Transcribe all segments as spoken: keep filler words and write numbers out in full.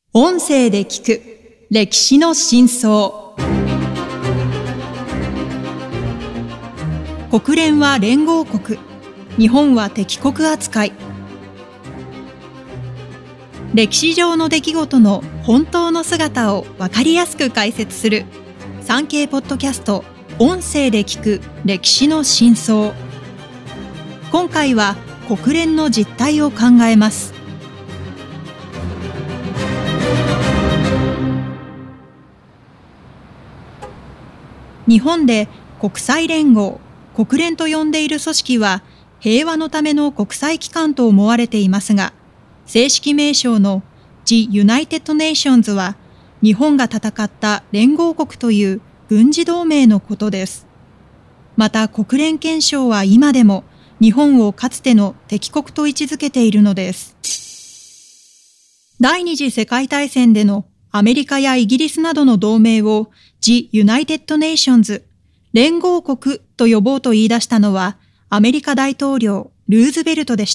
音声で聞く歴史の真相。国連は連合国、日本は敵国扱い。歴史上の出来事の本当の姿を分かりやすく解説する スリーケー ポッドキャスト音声で聞く歴史の真相。今回は国連の実態を考えます。日本で国際連合、国連と呼んでいる組織は平和のための国際機関と思われていますが、正式名称の The United Nations は日本が戦った連合国という軍事同盟のことです。また国連憲章は今でも日本をかつての敵国と位置づけているのです。第二次世界大戦でのアメリカやイギリスなどの同盟を The United Nations 連合国と呼ぼうと言い出したのはアメリカ大統領ルーズベルトでした。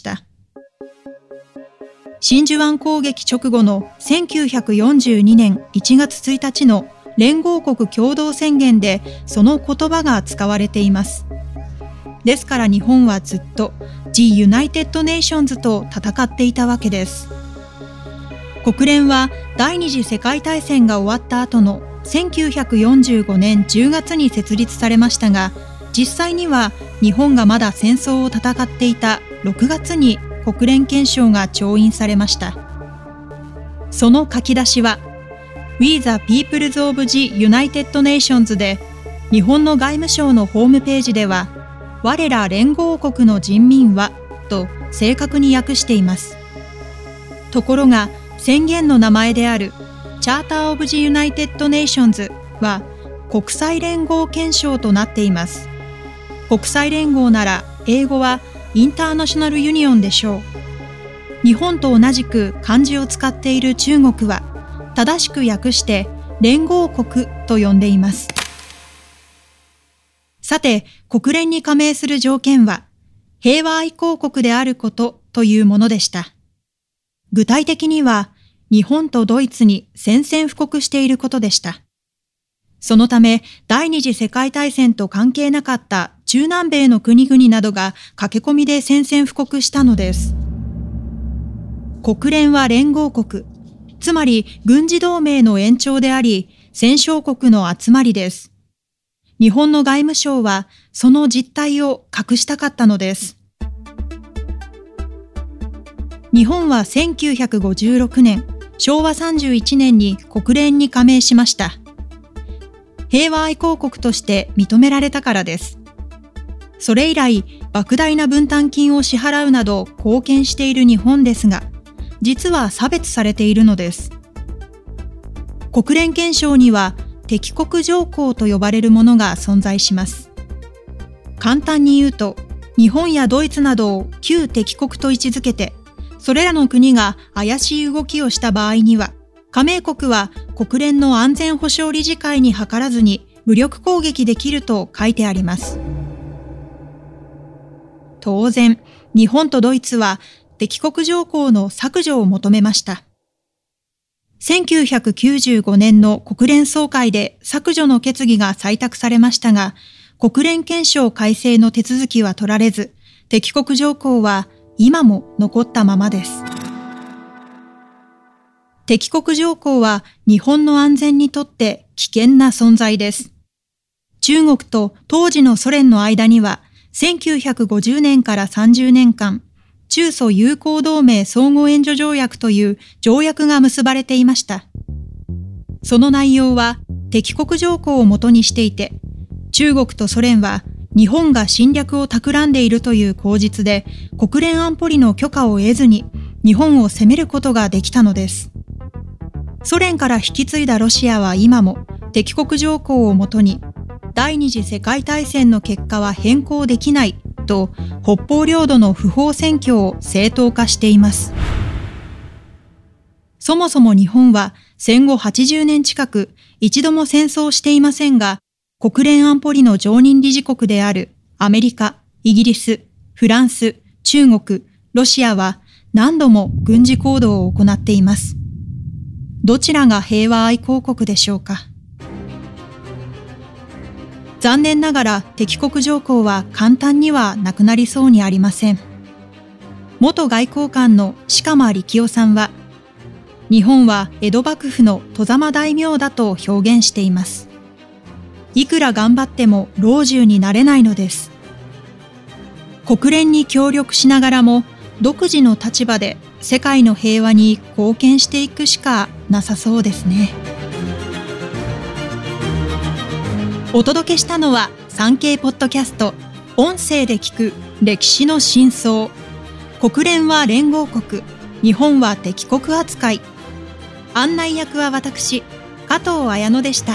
真珠湾攻撃直後のせんきゅうひゃくよんじゅうにねんいちがつついたちの連合国共同宣言でその言葉が使われています。ですから日本はずっと The United Nations と戦っていたわけです。国連は第二次世界大戦が終わった後のせんきゅうひゃくよんじゅうごねんじゅうがつに設立されましたが、実際には日本がまだ戦争を戦っていたろくがつに国連憲章が調印されました。その書き出しは We the Peoples of the United Nations で、日本の外務省のホームページでは我ら連合国の人民はと正確に訳しています。ところが宣言の名前である Charter of the United Nations は国際連合憲章となっています。国際連合なら英語はインターナショナルユニオンでしょう。日本と同じく漢字を使っている中国は正しく訳して連合国と呼んでいます。さて、国連に加盟する条件は平和愛好国であることというものでした。具体的には日本とドイツに宣戦布告していることでした。そのため第二次世界大戦と関係なかった中南米の国々などが駆け込みで宣戦布告したのです。国連は連合国、つまり軍事同盟の延長であり、戦勝国の集まりです。日本の外務省はその実態を隠したかったのです。日本はせんきゅうひゃくごじゅうろくねん、しょうわさんじゅういちねんに国連に加盟しました。平和愛好国として認められたからです。それ以来、莫大な分担金を支払うなど貢献している日本ですが、実は差別されているのです。国連憲章には敵国条項と呼ばれるものが存在します。簡単に言うと、日本やドイツなどを旧敵国と位置づけて、それらの国が怪しい動きをした場合には、加盟国は国連の安全保障理事会に諮らずに武力攻撃できると書いてあります。当然、日本とドイツは敵国条項の削除を求めました。せんきゅうひゃくきゅうじゅうごねんの国連総会で削除の決議が採択されましたが、国連憲章改正の手続きは取られず、敵国条項は今も残ったままです。敵国条項は日本の安全にとって危険な存在です。中国と当時のソ連の間にはせんきゅうひゃくごじゅうねんからさんじゅうねんかん、中ソ友好同盟相互援助条約という条約が結ばれていました。その内容は敵国条項をもとにしていて、中国とソ連は日本が侵略を企んでいるという口実で国連安保理の許可を得ずに日本を攻めることができたのです。ソ連から引き継いだロシアは今も敵国条項をもとに第二次世界大戦の結果は変更できないと北方領土の不法占拠を正当化しています。そもそも日本は戦後はちじゅうねん近く一度も戦争していませんが、国連安保理の常任理事国であるアメリカ、イギリス、フランス、中国、ロシアは何度も軍事行動を行っています。 どちらが平和愛好国でしょうか。残念ながら敵国条項は簡単にはなくなりそうにありません。元外交官の鹿間力夫さんは、日本は江戸幕府の外様大名だと表現しています。いくら頑張っても老中になれないのです。国連に協力しながらも独自の立場で世界の平和に貢献していくしかなさそうですね。お届けしたのは産経ポッドキャスト音声で聞く歴史の真相。国連は連合国、日本は敵国扱い。案内役は私、加藤綾乃でした。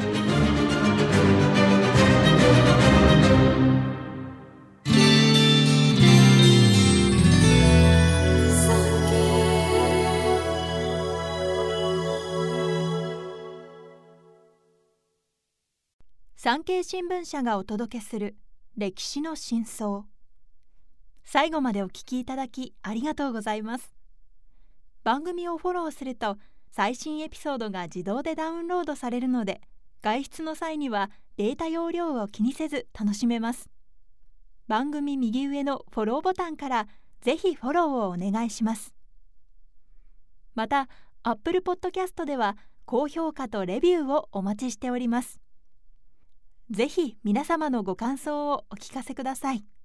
産経新聞社がお届けする歴史の真相。最後までお聞きいただきありがとうございます。番組をフォローすると最新エピソードが自動でダウンロードされるので、外出の際にはデータ容量を気にせず楽しめます。番組右上のフォローボタンからぜひフォローをお願いします。また、Apple Podcast では高評価とレビューをお待ちしております。ぜひ皆様のご感想をお聞かせください。